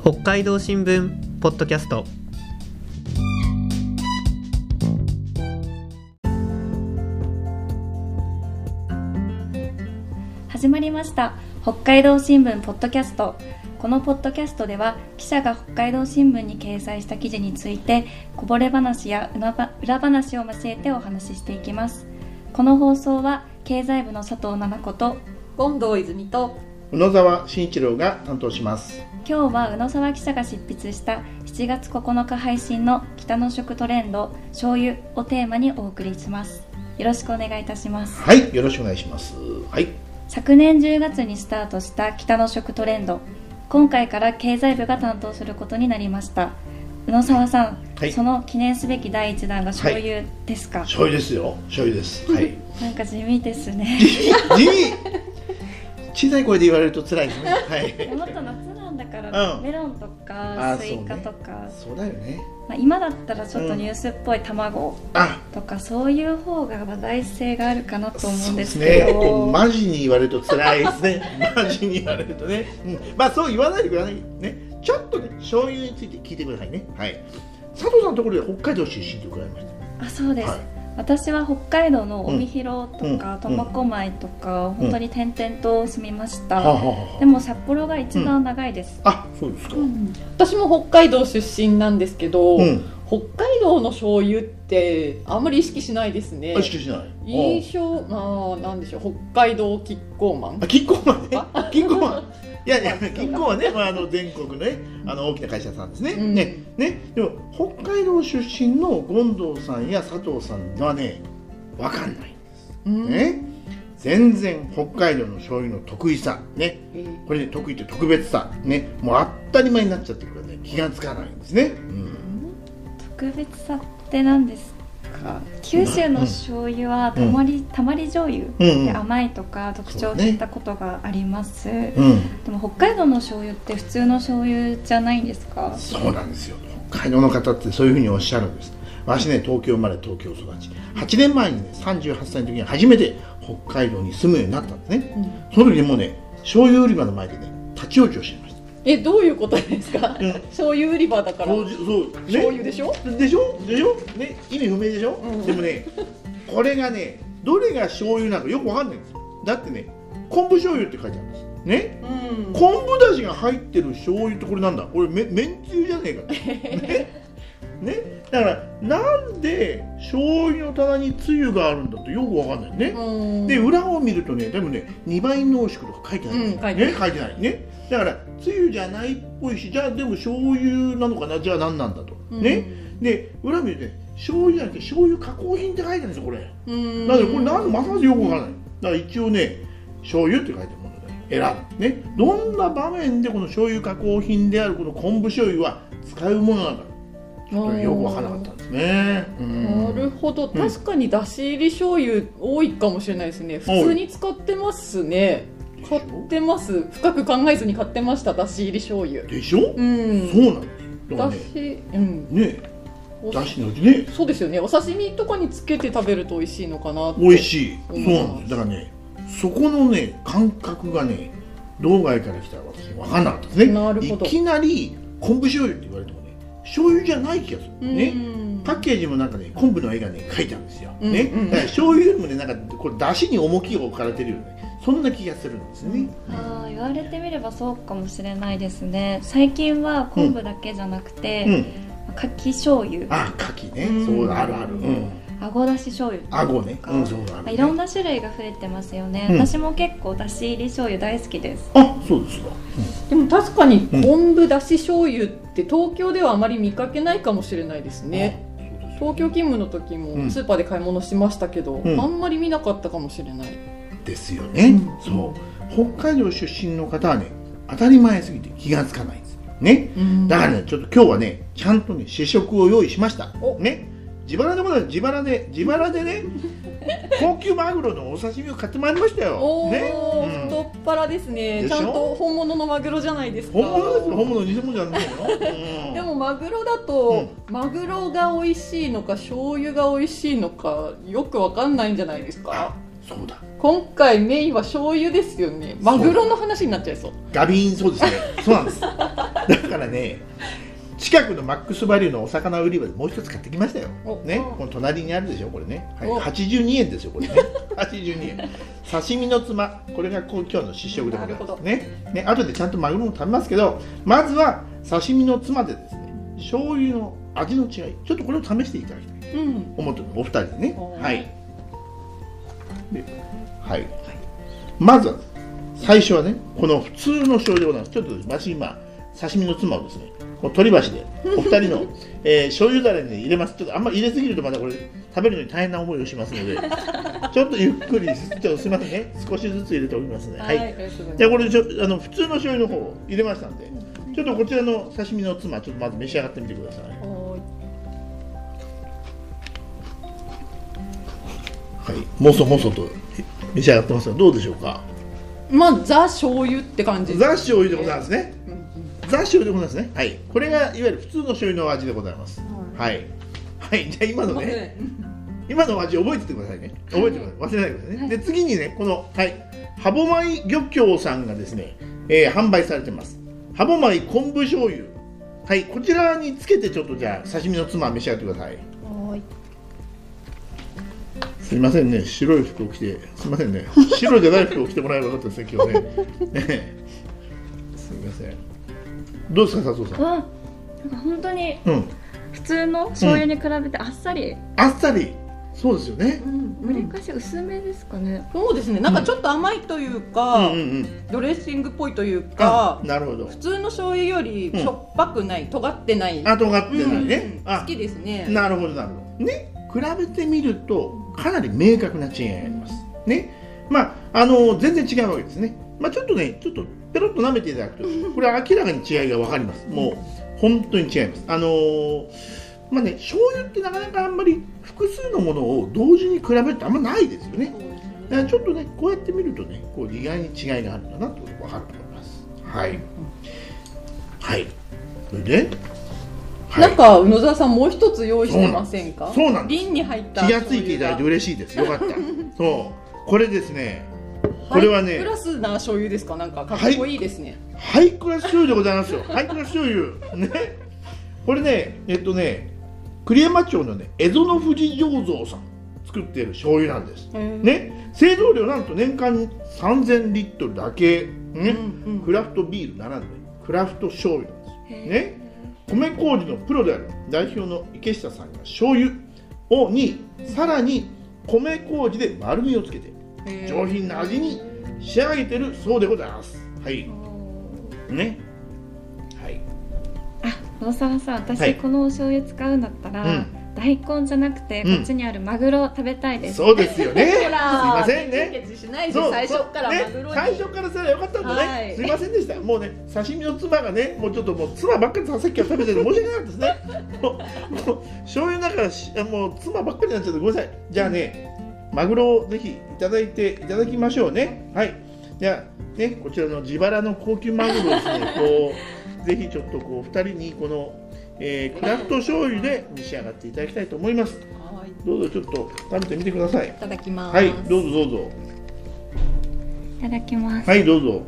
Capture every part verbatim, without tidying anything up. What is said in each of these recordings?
北海道新聞ポッドキャスト。 始まりました北海道新聞ポッドキャスト。このポッドキャストでは記者が北海道新聞に掲載した記事についてこぼれ話や裏話を交えてお話ししていきます。この放送は経済部の佐藤奈々子と権藤泉と宇野沢慎一郎が担当します。 今日は宇野沢記者が執筆したしちがつここのか配信の北の食トレンド醤油をテーマにお送りします。よろしくお願いいたします。 はい、よろしくお願いします。はい、 昨年じゅうがつにスタートした北の食トレンド、今回から経済部が担当することになりました。宇野沢さん、はい、その記念すべきだいいちだんが醤油ですか？ はい、醤油ですよ、醤油です。はい、 なんか地味ですね。 地味小さい声で言われると辛いですね。はい、 もっと夏なんだから、うん、メロンとかスイカとかそう、ね、そうだよね。 まあ、今だったらちょっとニュースっぽい卵とか、うん、そういう方が話題性があるかなと思うんですけど。そうですね、 マジに言われると辛いですね。マジに言われるとね、うん、まあそう言わないでくださいね。ちょっとね、醤油について聞いてくださいね。はい、佐藤さんのところで北海道出身と伺いました。 あ、そうです。はい、私は北海道の帯広とか苫小牧とか、うん、本当に転々と住みました。うん、でも札幌が一番長いです。 うん、あ、そうですか。うん、 私も北海道出身なんですけど、うん、北海道の醤油ってあんまり意識しないですね。 意識しない。 印象、まあなんでしょう、北海道キッコーマン。 あ、キッコーマンね。キッコーマン。いやいや、キッコーはね、まあ、あの全国のね、あの大きな会社さんですね。うん、ね、ね、でも北海道出身の権藤さんや佐藤さんはね、わかんないんです。うん、ね、全然北海道の醤油の得意さ、ね、これね、得意って特別さ、ね、もう当たり前になっちゃってるからね、気がつかないんですね。うん、 特別さって何ですか？九州の醤油はたまり、うん、たまり醤油で甘いとか特徴を聞いたことがあります。ね、うん、でも北海道の醤油って普通の醤油じゃないんですか？ そうなんですよ。北海道の方ってそういうふうにおっしゃるんです。私ね、東京生まれ東京育ち、はちねんまえにね、さんじゅうはっさいの時に初めて北海道に住むようになったんですね。うん、その時にもうね、醤油売り場の前でね、立ち往生しました。 え、どういうことですか？うん、醤油売り場だからそう、そう、ね、醤油でしょでしょでしょ、ね、意味不明でしょ、うん、でもね、これがね、どれが醤油なのかよくわかんないんですよ。だってね、昆布醤油って書いてあるんですね。うん、昆布だしが入ってる醤油ってこれなんだ、これめめんつゆじゃねえかね。ね、だからなんで醤油の棚につゆがあるんだってよくわかんないね。で、裏を見るとね、でもね、にばい濃縮とか書いてない、うん、書いてない、ね、書いてないね。だからつゆじゃないっぽいし、じゃあでも醤油なのかな、じゃあ何なんだと、うん、ね。で、裏見るとね、醤油じゃなくて醤油加工品って書いてあるんですよ、これ。うん、なのでこれなんまさまさよくわからない。だから一応ね、醤油って書いてあるもので選ぶね。どんな場面でこの醤油加工品であるこの昆布醤油は使うものなのか、ちょっとよく分からなかったんですね。うん、 なるほど、確かにだし入り醤油多いかもしれないですね。普通に使ってますね。買ってます。深く考えずに買ってました、だし入り醤油でしょ。うん、そうなんですだし、うん、ね、だしのうちね。 そうですよね。お刺身とかにつけて食べると美味しいのかなって。 美味しい。そうなんです。だからね、そこのね感覚がね、道外から来たら私分からなかったですね。なるほど。いきなり昆布醤油って言われても醤油じゃない気がするね。パッケージもなんかね、昆布の絵がね書いてあるんですよ。うん、ね、だから醤油よりもね、なんかこれ出汁に重きが置かれてるよね。そんな気がするんですね。 うん、ああ、言われてみればそうかもしれないですね。最近は昆布だけじゃなくて、うんうん、牡蠣醤油。 あ、牡蠣ね、うん、そうあるある。うん、 あごだし醤油とか、 あごね、うん、そうあるね。 いろんな種類が増えてますよね。うん、私も結構だし入り醤油大好きです。 あ、そうですか。 うん、でも確かに昆布だし醤油って東京ではあまり見かけないかもしれないですね。東京勤務の時もスーパーで買い物しましたけど、うん、あんまり見なかったかもしれないですよね。うん、そう、北海道出身の方はね、当たり前すぎて気がつかないんですね。うん、だからね、ちょっと今日はね、ちゃんとね試食を用意しましたね。自腹でございます。自腹で自腹でね高級マグロのお刺身を買ってまいりましたよ。 おー、ね、うん、太っ腹ですね。ちゃんと本物のマグロじゃないですか。 本物ですよ。本物、偽物じゃないの、 うん、でもマグロだと、うん、マグロが美味しいのか醤油が美味しいのかよくわかんないんじゃないですか。 そうだ、 今回メインは醤油ですよね。マグロの話になっちゃいそう。 ガビーン、そうですね。そうなんです。だかだからね、近くのマックスバリューのお魚売り場でもう一つ買ってきましたよ。ね、この隣にあるでしょ、これね。はい、はちじゅうにえんですよ、これね。はちじゅうにえん。刺身のつま、これが今日の試食でございますね。ね、後でちゃんとマグロも食べますけど、まずは刺身のつまでですね、醤油の味の違い、ちょっとこれを試していただきたいと思ってます、お二人でね。はい。で、はい。まずは最初はね、この普通の醤油でございます。ちょっと私今刺身のつまをですね、この取り箸でお二人の、えー、醤油だれに入れます。ちょっとあんまり入れすぎるとまたこれ食べるのに大変な思いをしますので、ちょっとゆっくり、ちょっとすみませんね、少しずつ入れておきますね。はい。はい、じゃあこれちょあの普通の醤油の方を入れましたんで、ちょっとこちらの刺身のつまちょっとまず召し上がってみてください。はい、もそもそと召し上がってますがどうでしょうか。 まあザ醤油って感じです。 ザ醤油でございますね。ザ醤油でございますね。はい。これがいわゆる普通の醤油の味でございます。はい。はい。じゃあ今のね、今の味覚えててくださいね。覚えてください。忘れないでくださいね。で次にね、このはい歯舞漁協さんがですね、えー、販売されてます。歯舞昆布醤油。はい。こちらにつけてちょっとじゃあ刺身のつま召し上がってください。はい。すみませんね、白い服を着て、すみませんね、白じゃない服を着てもらえばよかったですね、今日ね。ねすみません。どうですか、佐藤さん。 なんか本当に普通の醤油に比べてあっさり。 うん、あっさり。そうですよね。 わりかし薄めですかね。 そうですね。なんかちょっと甘いというか、ドレッシングっぽいというか。 なるほど。 普通の醤油よりしょっぱくない、尖ってない。 あ、尖ってないね。 好きですね。 なるほど、なるほど。ね、比べてみると。かなり明確な違いがあります。ね、まああの全然違うわけですね。まあちょっとね、ちょっとペロッと舐めていただくと、これは明らかに違いがわかります。もう本当に違います。あのー、まあね、醤油ってなかなかあんまり複数のものを同時に比べるってあんまないですよね。だからちょっとね、こうやって見るとね、こう意外に違いがあるんだなとわかると思います。はい。はい。それで。 なんか宇野沢さんもう一つ用意してませんか。 そうなんです。 瓶に入った気がついていただいて嬉しいです。よかった。そうこれですね。これはね。 ハイクラスな醤油ですか。なんかかっこいいですね。 ハイクラス醤油でございますよ。ハイクラス醤油ね。これね、えっとね、栗山町のね蝦夷の富士醸造さん作っている醤油なんです。ね、製造量なんと年間さんぜんリットルだけね、うんうん、クラフトビールならぬクラフト醤油なんですね。米麹のプロである代表の池下さんが醤油をにさらに米麹で丸みをつけて上品な味に仕上げてるそうでございます。はいね。はい。 あ、野沢さん、私、はい、このお醤油使うんだったら、うん、大根じゃなくて、こっちにあるマグロ食べたいです。 そうですよね。すいませんね。しないで最初からマグロに。 最初からすればよかったんだね。すいませんでした。もうね、刺身のつまがね、もうちょっともうつまばっかりさっきから食べてて申し訳なかったですね。もう醤油だからもうつまばっかりになっちゃってごめんなさい。じゃあね、マグロをぜひいただいていただきましょうね。はい。じゃあね、こちらの自腹の高級マグロですね。こうぜひちょっとこうふたりにこのえー、クラフト醤油で召し上がっていただきたいと思います。はい、どうぞちょっと食べてみてください。いただきます。 はい、どうぞどうぞ。 いただきます。 はい、どうぞ。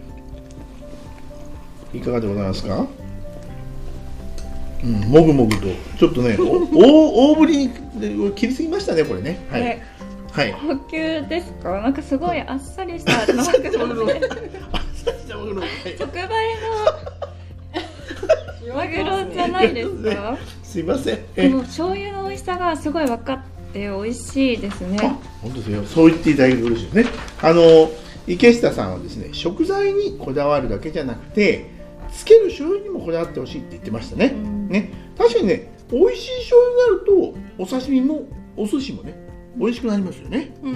いかがでございますか。うん、もぐもぐとちょっとね、お大ぶりに切りすぎましたね、これね。はい。はい。 高級ですか。なんかすごいあっさりしたマグロで。 あっさりしたマグロ。 直売の。マグロじゃないですか。 すいません。 でも醤油の美味しさがすごい分かって美味しいですね。 本当ですよ。そう言っていただけると嬉しいですね。あの池下さんはですね、食材にこだわるだけじゃなくて、つける醤油にもこだわってほしいって言ってましたね。うん、ね、確かにね、美味しい醤油になるとお刺身もお寿司もね、美味しくなりますよね。うん、うん、うん。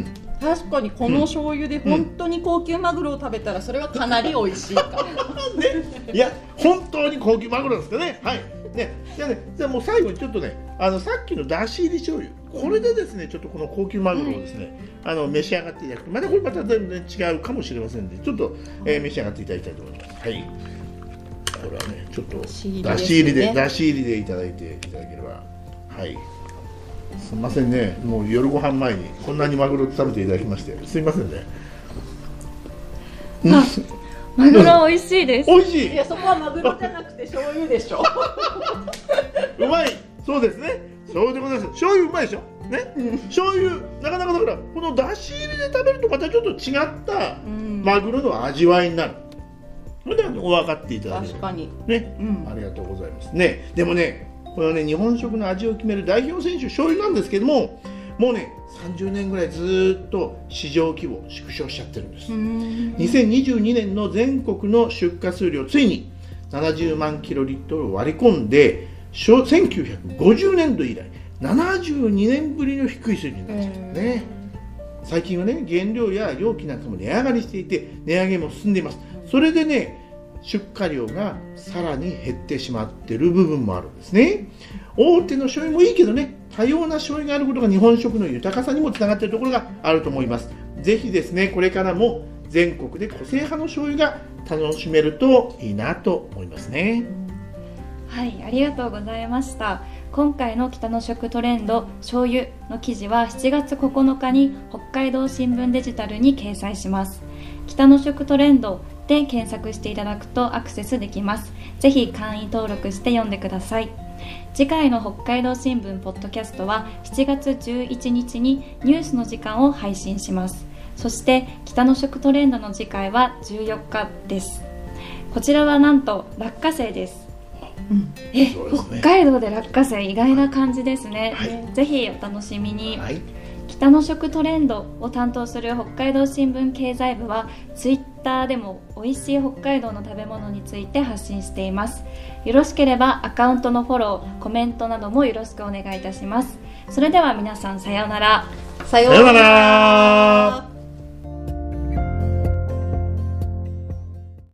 確かにこの醤油で本当に高級マグロを食べたらそれはかなり美味しいかも、 ね、いや本当に高級マグロですかね。はいね、じゃあね、じゃあもう最後にちょっとね、あのさっきのだし入り醤油、これでですねちょっとこの高級マグロをですね、はい、あの召し上がっていただくとまたこれまた全然違うかもしれませんので、ちょっと、えー、召し上がっていただきたいと思います。はい、これはねちょっとだし入りでだし入りでいただいていただければ、はい。すみませんね、もう夜ご飯前にこんなにマグロ食べていただきましてすみませんね。 あ、 マグロ美味しいです。 美味しい。 いや、そこはマグロじゃなくて醤油でしょ。 うまい。そうですね。そうでございます。醤油うまいでしょ。ね。うん、醤油なかなかだからこのだし入れで食べるとまたちょっと違ったマグロの味わいになる。それでお分かっていただける。 確かに。 ね、うん。ありがとうございますね。でもね、これはね日本食の味を決める代表選手醤油なんですけども、もうねさんじゅうねんぐらいずっと市場規模縮小しちゃってるんです。にせんにじゅうにねんの全国の出荷数量ついにななじゅうまんキロリットルを割り込んで、せんきゅうひゃくごじゅうねんど以来ななじゅうにねんぶりの低い水準になっちゃうんですね。最近はね原料や容器なんかも値上がりしていて値上げも進んでいます。それでね出荷量がさらに減ってしまっている部分もあるんですね。大手の醤油もいいけどね、多様な醤油があることが日本食の豊かさにもつながっているところがあると思います。ぜひですねこれからも全国で個性派の醤油が楽しめるといいなと思いますね。 はい、ありがとうございました。今回の北の食トレンド醤油の記事はしちがつここのかに北海道新聞デジタルに掲載します。北の食トレンドで検索していただくとアクセスできます。ぜひ会員登録して読んでください。次回の北海道新聞ポッドキャストはしちがつじゅういちにちにニュースの時間を配信します。そして北の食トレンドの次回はじゅうよっかです。こちらはなんと落花生です。うん、え、ね、北海道で落花生意外な感じですね、はい、ぜひお楽しみに、はい、北の食トレンドを担当する北海道新聞経済部はツイッターでも美味しい北海道の食べ物について発信しています。よろしければアカウントのフォロー、コメントなどもよろしくお願いいたします。それでは皆さんさようなら。 さようなら。